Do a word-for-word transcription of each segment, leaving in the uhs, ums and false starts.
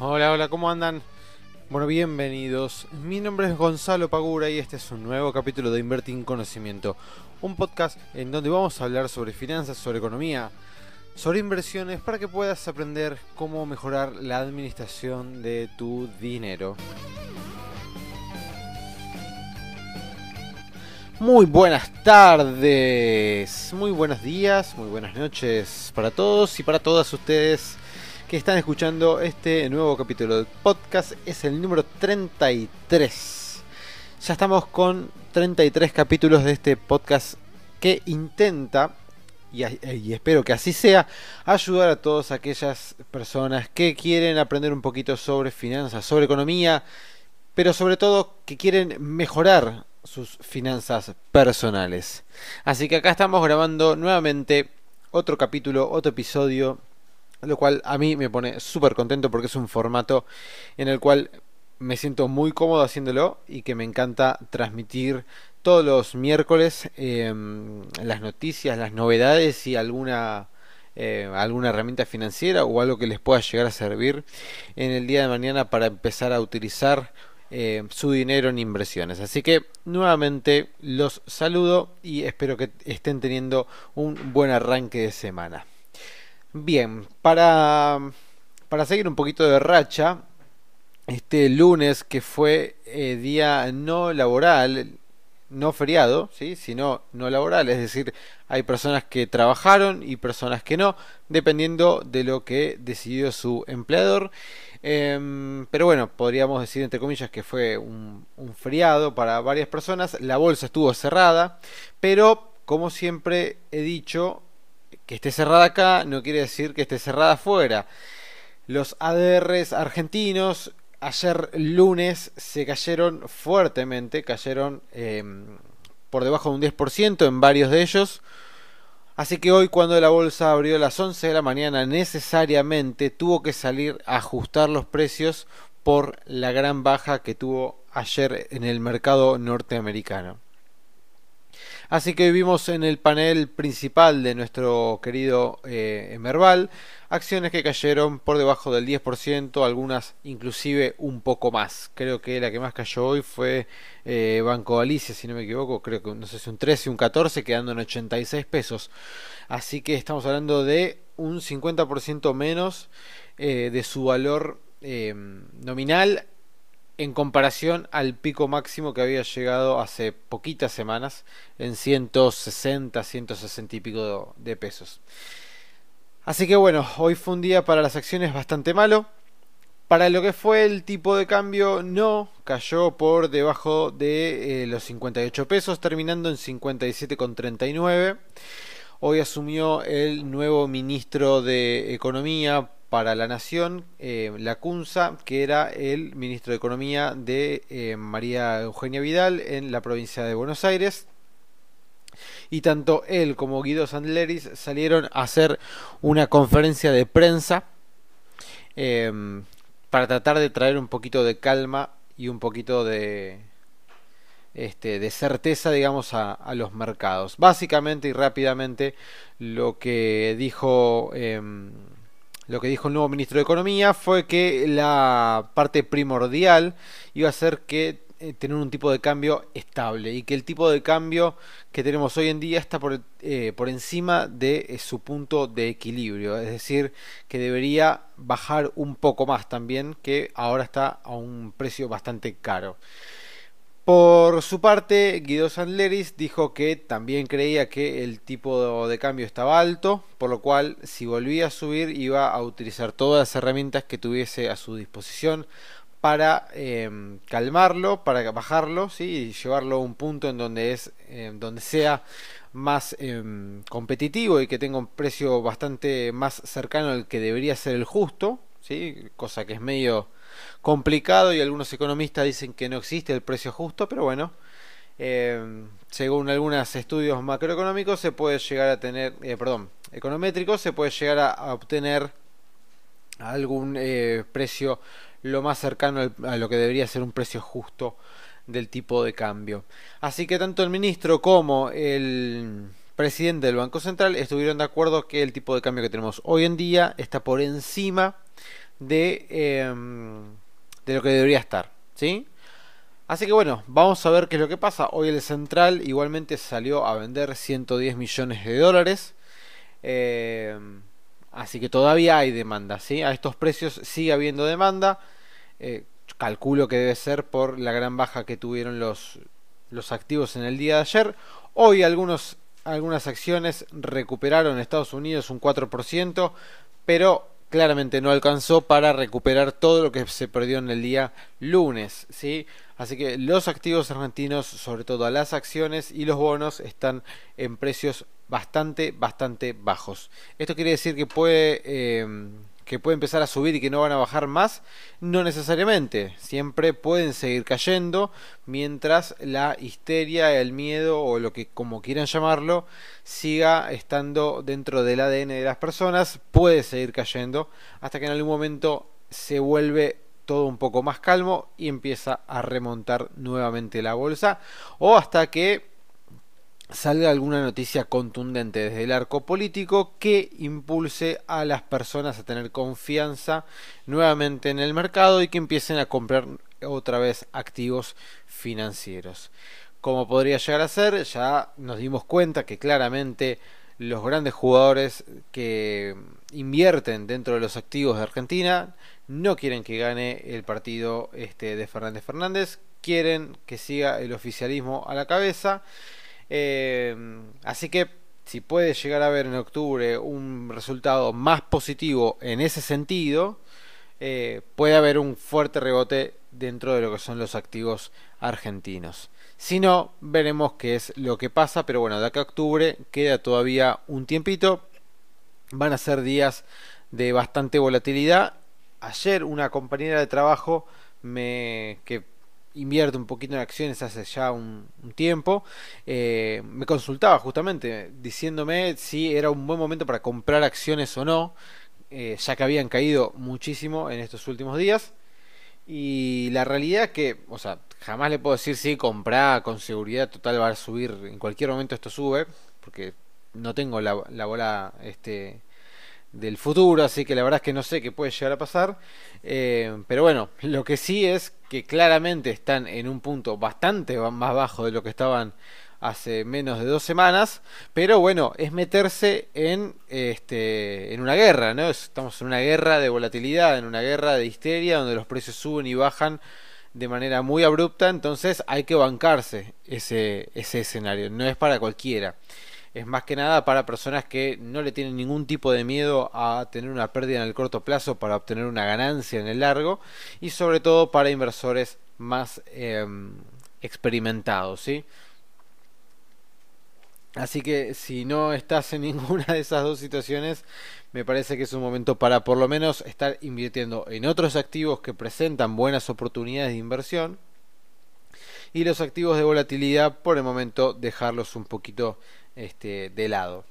Hola, hola, ¿cómo andan? Bueno, bienvenidos. Mi nombre es Gonzalo Pagura y este es un nuevo capítulo de Invertir en Conocimiento, un podcast en donde vamos a hablar sobre finanzas, sobre economía, sobre inversiones para que puedas aprender cómo mejorar la administración de tu dinero. Muy buenas tardes, muy buenos días, muy buenas noches para todos y para todas ustedes que están escuchando este nuevo capítulo del podcast. Es el número treinta y tres. Ya estamos con treinta y tres capítulos de este podcast que intenta, y, y espero que así sea, ayudar a todas aquellas personas que quieren aprender un poquito sobre finanzas, sobre economía, pero sobre todo que quieren mejorar sus finanzas personales. Así que acá estamos grabando nuevamente otro capítulo, otro episodio, lo cual a mí me pone súper contento porque es un formato en el cual me siento muy cómodo haciéndolo y que me encanta transmitir todos los miércoles eh, las noticias, las novedades y alguna eh, alguna herramienta financiera o algo que les pueda llegar a servir en el día de mañana para empezar a utilizar eh, su dinero en inversiones. Así que nuevamente los saludo y espero que estén teniendo un buen arranque de semana. Bien, para, para seguir un poquito de racha, este lunes que fue eh, día no laboral, no feriado, ¿sí? Sino no laboral, es decir, hay personas que trabajaron y personas que no, dependiendo de lo que decidió su empleador. Em, pero bueno, podríamos decir entre comillas que fue un, un feriado para varias personas. La bolsa estuvo cerrada, pero como siempre he dicho, que esté cerrada acá no quiere decir que esté cerrada afuera. Los A D Rs argentinos ayer lunes se cayeron fuertemente, cayeron eh, por debajo de un diez por ciento en varios de ellos. Así que hoy, cuando la bolsa abrió a las once de la mañana, necesariamente tuvo que salir a ajustar los precios por la gran baja que tuvo ayer en el mercado norteamericano. Así que vimos en el panel principal de nuestro querido eh, Merval acciones que cayeron por debajo del diez por ciento, algunas inclusive un poco más. Creo que la que más cayó hoy fue eh, Banco Galicia, si no me equivoco, creo que no sé si un trece, un catorce, quedando en ochenta y seis pesos. Así que estamos hablando de un cincuenta por ciento menos eh, de su valor eh, nominal en comparación al pico máximo que había llegado hace poquitas semanas en ciento sesenta, ciento sesenta y pico de pesos. Así que bueno, hoy fue un día para las acciones bastante malo. Para lo que fue el tipo de cambio, no, cayó por debajo de eh, los cincuenta y ocho pesos, terminando en cincuenta y siete con treinta y nueve. Hoy asumió el nuevo ministro de Economía para la Nación, eh, Lacunza, que era el ministro de Economía de eh, María Eugenia Vidal en la provincia de Buenos Aires. Y tanto él como Guido Sandleris salieron a hacer una conferencia de prensa eh, para tratar de traer un poquito de calma y un poquito de, este, de certeza, digamos, a, a los mercados. Básicamente y rápidamente lo que dijo eh, lo que dijo el nuevo ministro de Economía fue que la parte primordial iba a ser que eh, tener un tipo de cambio estable y que el tipo de cambio que tenemos hoy en día está por, eh, por encima de eh, su punto de equilibrio, es decir, que debería bajar un poco más también, que ahora está a un precio bastante caro. Por su parte, Guido Sandleris dijo que también creía que el tipo de cambio estaba alto, por lo cual si volvía a subir iba a utilizar todas las herramientas que tuviese a su disposición para eh, calmarlo, para bajarlo, ¿sí? Y llevarlo a un punto en donde, es, eh, donde sea más eh, competitivo y que tenga un precio bastante más cercano al que debería ser el justo, ¿sí? Cosa que es medio complicado y algunos economistas dicen que no existe el precio justo, pero bueno, eh, según algunos estudios macroeconómicos se puede llegar a tener, eh, perdón, econométricos, se puede llegar a, a obtener algún eh, precio lo más cercano al, a lo que debería ser un precio justo del tipo de cambio. Así que tanto el ministro como el presidente del Banco Central estuvieron de acuerdo que el tipo de cambio que tenemos hoy en día está por encima de, eh, de lo que debería estar, ¿sí? Así que bueno, vamos a ver qué es lo que pasa. Hoy el Central igualmente salió a vender ciento diez millones de dólares. Eh, así que todavía hay demanda, ¿sí? A estos precios sigue habiendo demanda. Eh, calculo que debe ser por la gran baja que tuvieron los, los activos en el día de ayer. Hoy algunos, algunas acciones recuperaron en Estados Unidos un cuatro por ciento, pero claramente no alcanzó para recuperar todo lo que se perdió en el día lunes, ¿sí? Así que los activos argentinos, sobre todo las acciones y los bonos, están en precios bastante, bastante bajos. Esto quiere decir que puede, eh, que puede empezar a subir y que no van a bajar más. No necesariamente, siempre pueden seguir cayendo mientras la histeria, el miedo o lo que como quieran llamarlo siga estando dentro del A D N de las personas. Puede seguir cayendo hasta que en algún momento se vuelve todo un poco más calmo y empieza a remontar nuevamente la bolsa, o hasta que salga alguna noticia contundente desde el arco político que impulse a las personas a tener confianza nuevamente en el mercado y que empiecen a comprar otra vez activos financieros. Como podría llegar a ser, ya nos dimos cuenta que claramente los grandes jugadores que invierten dentro de los activos de Argentina no quieren que gane el partido este de Fernández Fernández, quieren que siga el oficialismo a la cabeza. Eh, así que si puede llegar a haber en octubre un resultado más positivo en ese sentido, eh, puede haber un fuerte rebote dentro de lo que son los activos argentinos. Si no, veremos qué es lo que pasa, pero bueno, de acá a octubre queda todavía un tiempito. Van a ser días de bastante volatilidad. Ayer una compañera de trabajo me que invierte un poquito en acciones hace ya un, un tiempo, eh, me consultaba justamente diciéndome si era un buen momento para comprar acciones o no, eh, ya que habían caído muchísimo en estos últimos días. Y la realidad que, o sea, jamás le puedo decir si comprar con seguridad total va a subir, en cualquier momento esto sube, porque no tengo la, la bola este del futuro, así que la verdad es que no sé qué puede llegar a pasar. Eh, pero bueno, lo que sí es que claramente están en un punto bastante más bajo de lo que estaban hace menos de dos semanas, pero bueno, es meterse en este en una guerra, ¿no? Estamos en una guerra de volatilidad, en una guerra de histeria, donde los precios suben y bajan de manera muy abrupta, entonces hay que bancarse ese, ese escenario, no es para cualquiera. Es más que nada para personas que no le tienen ningún tipo de miedo a tener una pérdida en el corto plazo para obtener una ganancia en el largo, y sobre todo para inversores más eh, experimentados, ¿sí? Así que si no estás en ninguna de esas dos situaciones, me parece que es un momento para por lo menos estar invirtiendo en otros activos que presentan buenas oportunidades de inversión, y los activos de volatilidad por el momento dejarlos un poquito este, de lado.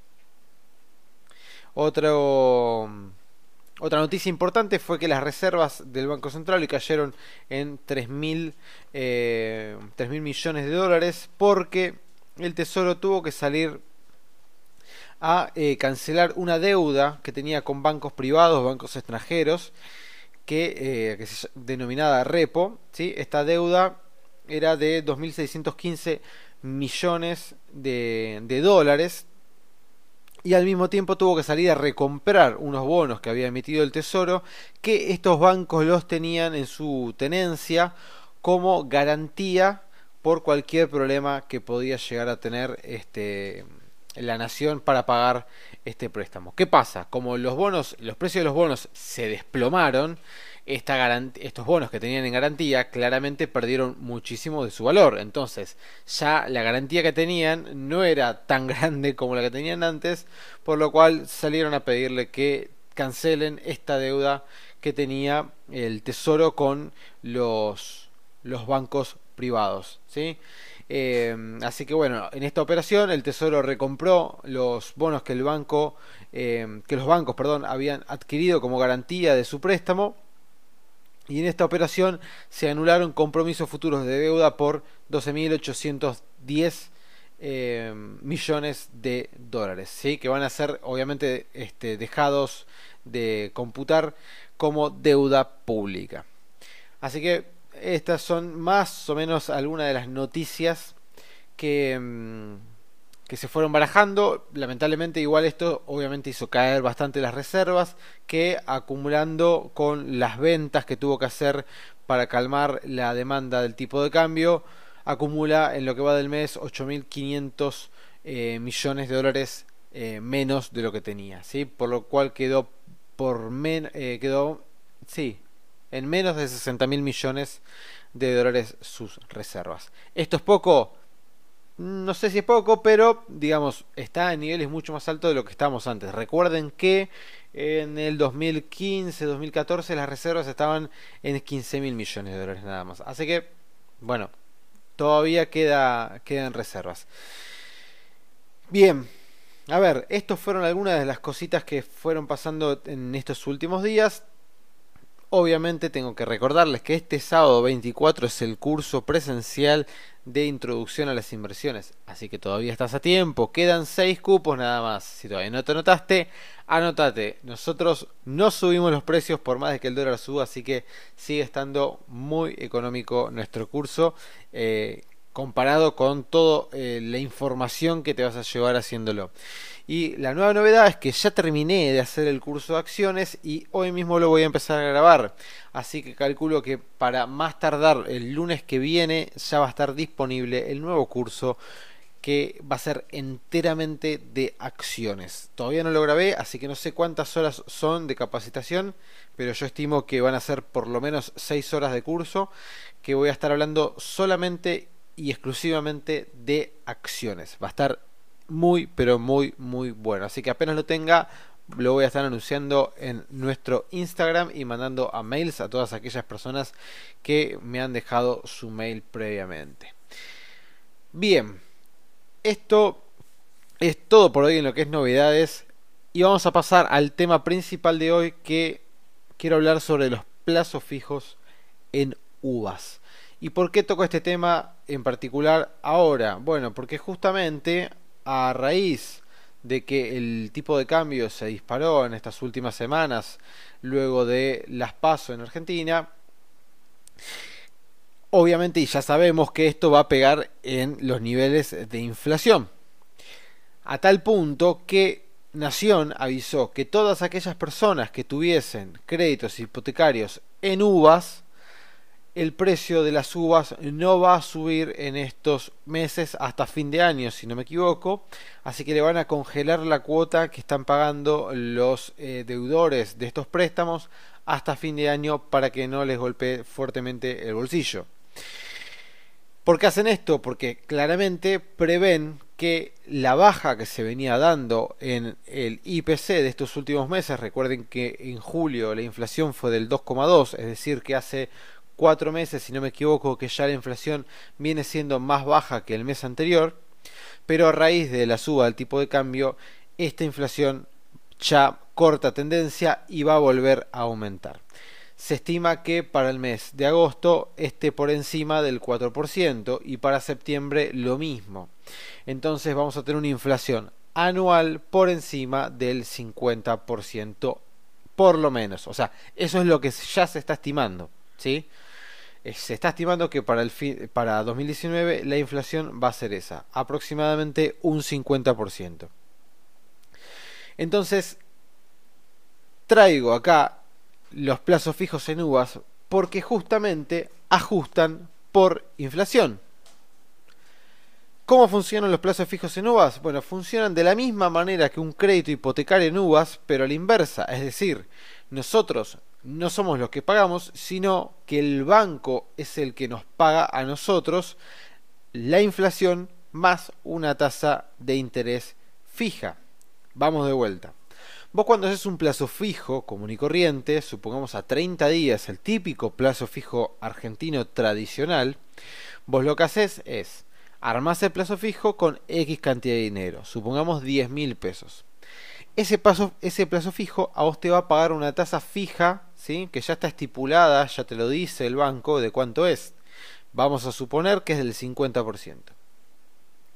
Otro, otra noticia importante fue que las reservas del Banco Central cayeron en tres mil eh, tres mil millones de dólares, porque el Tesoro tuvo que salir a eh, cancelar una deuda que tenía con bancos privados, bancos extranjeros, que, eh, que se denominada repo, ¿sí? Esta deuda era de dos mil seiscientos quince millones de, de dólares, y al mismo tiempo tuvo que salir a recomprar unos bonos que había emitido el Tesoro, que estos bancos los tenían en su tenencia como garantía por cualquier problema que podía llegar a tener este, la nación para pagar este préstamo. ¿Qué pasa? Como los bonos, los precios de los bonos se desplomaron, esta estos bonos que tenían en garantía claramente perdieron muchísimo de su valor. Entonces ya la garantía que tenían no era tan grande como la que tenían antes, por lo cual salieron a pedirle que cancelen esta deuda que tenía el Tesoro con los, los bancos privados, ¿sí? Eh, así que bueno, en esta operación el Tesoro recompró los bonos que el banco eh, que los bancos, perdón, habían adquirido como garantía de su préstamo, y en esta operación se anularon compromisos futuros de deuda por doce mil ochocientos diez eh, millones de dólares, ¿sí? Que van a ser obviamente este, dejados de computar como deuda pública. Así que estas son más o menos algunas de las noticias que, mm, que se fueron barajando. Lamentablemente igual esto obviamente hizo caer bastante las reservas, que acumulando con las ventas que tuvo que hacer para calmar la demanda del tipo de cambio, acumula en lo que va del mes ocho mil quinientos eh, millones de dólares eh, menos de lo que tenía, ¿sí? Por lo cual quedó por men eh, quedó sí en menos de sesenta mil millones de dólares sus reservas. ¿Esto es poco? No sé si es poco, pero digamos, está en niveles mucho más altos de lo que estábamos antes. Recuerden que en el dos mil quince, dos mil catorce las reservas estaban en quince mil millones de dólares nada más. Así que, bueno, todavía queda, quedan reservas. Bien, a ver, estos fueron algunas de las cositas que fueron pasando en estos últimos días. Obviamente tengo que recordarles que este sábado veinticuatro es el curso presencial de introducción a las inversiones, así que todavía estás a tiempo, quedan seis cupos nada más. Si todavía no te anotaste, anótate. Nosotros no subimos los precios por más de que el dólar suba, así que sigue estando muy económico nuestro curso eh, comparado con toda eh, la información que te vas a llevar haciéndolo. Y la nueva novedad es que ya terminé de hacer el curso de acciones y hoy mismo lo voy a empezar a grabar. Así que calculo que para más tardar el lunes que viene ya va a estar disponible el nuevo curso, que va a ser enteramente de acciones. Todavía no lo grabé, así que no sé cuántas horas son de capacitación, pero yo estimo que van a ser por lo menos seis horas de curso, que voy a estar hablando solamente y exclusivamente de acciones. Va a estar muy pero muy muy bueno, así que apenas lo tenga lo voy a estar anunciando en nuestro Instagram y mandando a mails a todas aquellas personas que me han dejado su mail previamente. Bien, esto es todo por hoy en lo que es novedades y vamos a pasar al tema principal de hoy, que quiero hablar sobre los plazos fijos en uvas. ¿Y por qué toco este tema en particular ahora? Bueno, porque justamente a raíz de que el tipo de cambio se disparó en estas últimas semanas luego de las PASO en Argentina, obviamente y ya sabemos que esto va a pegar en los niveles de inflación, a tal punto que Nación avisó que todas aquellas personas que tuviesen créditos hipotecarios en uvas, el precio de las uvas no va a subir en estos meses hasta fin de año, si no me equivoco. Así que le van a congelar la cuota que están pagando los eh, deudores de estos préstamos hasta fin de año, para que no les golpee fuertemente el bolsillo. ¿Por qué hacen esto? Porque claramente prevén que la baja que se venía dando en el I P C de estos últimos meses, recuerden que en julio la inflación fue del dos coma dos, es decir que hace cuatro meses, si no me equivoco, que ya la inflación viene siendo más baja que el mes anterior, pero a raíz de la suba del tipo de cambio, esta inflación ya corta tendencia y va a volver a aumentar. Se estima que para el mes de agosto esté por encima del cuatro por ciento y para septiembre lo mismo. Entonces vamos a tener una inflación anual por encima del cincuenta por ciento por lo menos. O sea, eso es lo que ya se está estimando, ¿sí? Se está estimando que para, el fin, para dos mil diecinueve la inflación va a ser esa, aproximadamente un cincuenta por ciento. Entonces, traigo acá los plazos fijos en uvas porque justamente ajustan por inflación. ¿Cómo funcionan los plazos fijos en uvas? Bueno, funcionan de la misma manera que un crédito hipotecario en uvas, pero a la inversa. Es decir, nosotros no somos los que pagamos, sino que el banco es el que nos paga a nosotros la inflación más una tasa de interés fija. Vamos de vuelta. Vos cuando haces un plazo fijo común y corriente, supongamos a treinta días, el típico plazo fijo argentino tradicional, vos lo que haces es armás el plazo fijo con X cantidad de dinero, supongamos diez mil pesos. Ese, paso, ese plazo fijo a vos te va a pagar una tasa fija, ¿sí? Que ya está estipulada, ya te lo dice el banco de cuánto es. Vamos a suponer que es del cincuenta por ciento.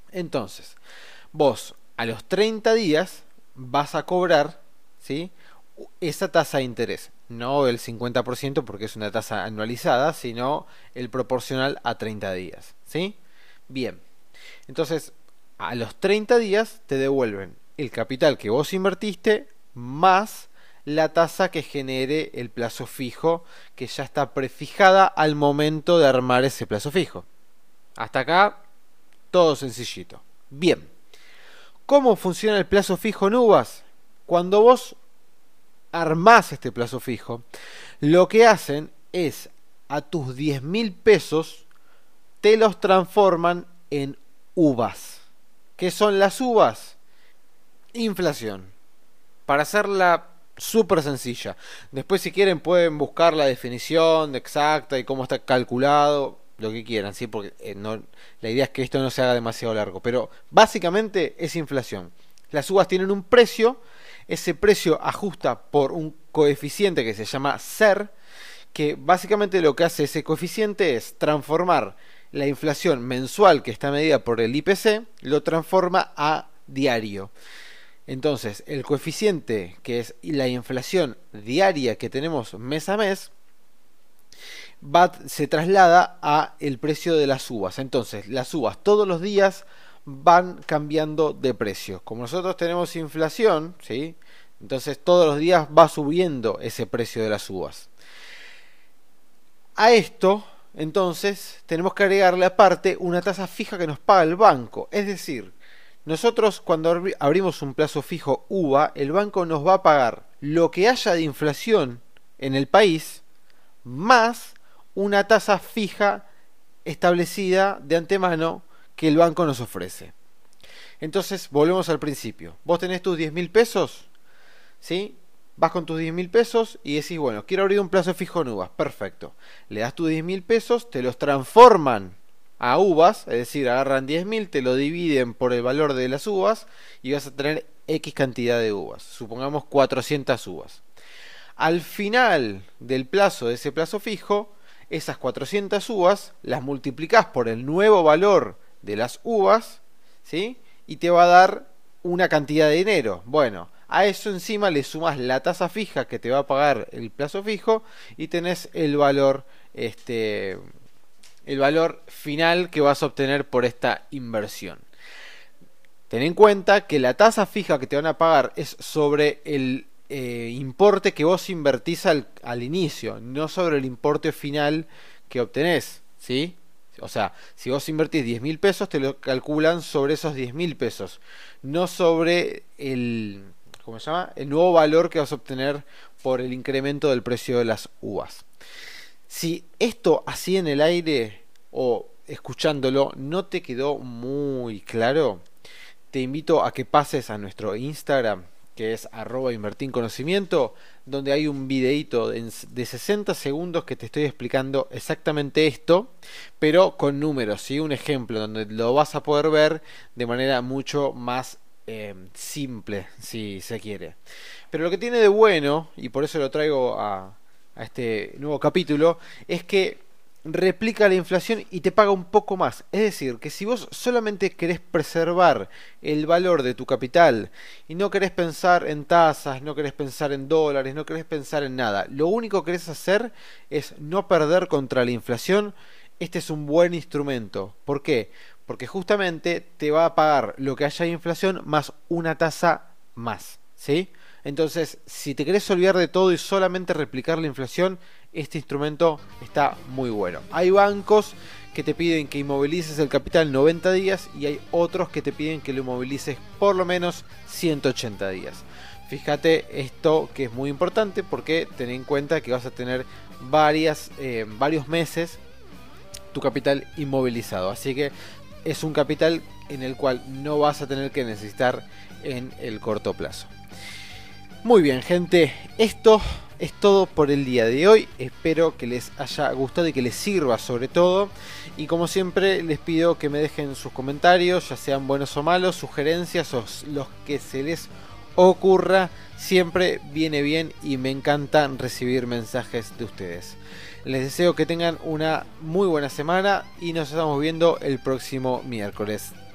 Entonces, vos a los treinta días vas a cobrar, ¿sí?, esa tasa de interés. No el cincuenta por ciento porque es una tasa anualizada, sino el proporcional a treinta días, ¿sí? Bien, entonces a los treinta días te devuelven el capital que vos invertiste más la tasa que genere el plazo fijo, que ya está prefijada al momento de armar ese plazo fijo. Hasta acá todo sencillito. Bien, ¿cómo funciona el plazo fijo en uvas? Cuando vos armás este plazo fijo, lo que hacen es a tus diez mil pesos te los transforman en uvas. ¿Qué son las uvas? Inflación. Para hacerla súper sencilla. Después, si quieren, pueden buscar la definición exacta y cómo está calculado, lo que quieran, ¿sí? Porque eh, no, la idea es que esto no se haga demasiado largo. Pero básicamente es inflación. Las uvas tienen un precio. Ese precio ajusta por un coeficiente que se llama S E R, que básicamente lo que hace ese coeficiente es transformar la inflación mensual, que está medida por el I P C, lo transforma a diario. Entonces, el coeficiente, que es la inflación diaria que tenemos mes a mes, va, se traslada a el precio de las uvas. Entonces, las uvas todos los días van cambiando de precio. Como nosotros tenemos inflación, ¿sí?, entonces todos los días va subiendo ese precio de las uvas. A esto, entonces, tenemos que agregarle aparte una tasa fija que nos paga el banco. Es decir, nosotros cuando abrimos un plazo fijo uva, el banco nos va a pagar lo que haya de inflación en el país, más una tasa fija establecida de antemano que el banco nos ofrece. Entonces, volvemos al principio. Vos tenés tus diez mil pesos, ¿sí? Vas con tus diez mil pesos y decís, bueno, quiero abrir un plazo fijo en uvas. Perfecto. Le das tus diez mil pesos, te los transforman a uvas, es decir, agarran diez mil, te lo dividen por el valor de las uvas y vas a tener X cantidad de uvas. Supongamos cuatrocientas uvas. Al final del plazo de ese plazo fijo, esas cuatrocientas uvas las multiplicás por el nuevo valor de las uvas, ¿sí?, y te va a dar una cantidad de dinero. Bueno, a eso encima le sumas la tasa fija que te va a pagar el plazo fijo y tenés el valor, este, el valor final que vas a obtener por esta inversión. Ten en cuenta que la tasa fija que te van a pagar es sobre el eh, importe que vos invertís al, al inicio, no sobre el importe final que obtenés, ¿sí? O sea, si vos invertís diez mil pesos, te lo calculan sobre esos diez mil pesos, no sobre el, ¿cómo se llama?, el nuevo valor que vas a obtener por el incremento del precio de las uvas. Si esto así en el aire o escuchándolo no te quedó muy claro, te invito a que pases a nuestro Instagram, que es arroba invertinconocimiento, donde hay un videito de sesenta segundos que te estoy explicando exactamente esto, pero con números, ¿sí? Un ejemplo donde lo vas a poder ver de manera mucho más eh, simple, si se quiere. Pero lo que tiene de bueno, y por eso lo traigo a, a este nuevo capítulo, es que replica la inflación y te paga un poco más. Es decir, que si vos solamente querés preservar el valor de tu capital y no querés pensar en tasas, no querés pensar en dólares, no querés pensar en nada, lo único que querés hacer es no perder contra la inflación, este es un buen instrumento. ¿Por qué? Porque justamente te va a pagar lo que haya de inflación más una tasa más, ¿sí? Entonces, si te querés olvidar de todo y solamente replicar la inflación, este instrumento está muy bueno. Hay bancos que te piden que inmovilices el capital noventa días y hay otros que te piden que lo inmovilices por lo menos ciento ochenta días. Fíjate esto, que es muy importante, porque ten en cuenta que vas a tener varias, eh, varios meses tu capital inmovilizado. Así que es un capital en el cual no vas a tener que necesitar en el corto plazo. Muy bien, gente, esto es todo por el día de hoy. Espero que les haya gustado y que les sirva sobre todo. Y como siempre les pido que me dejen sus comentarios, ya sean buenos o malos, sugerencias o los que se les ocurra. Siempre viene bien y me encanta recibir mensajes de ustedes. Les deseo que tengan una muy buena semana y nos estamos viendo el próximo miércoles.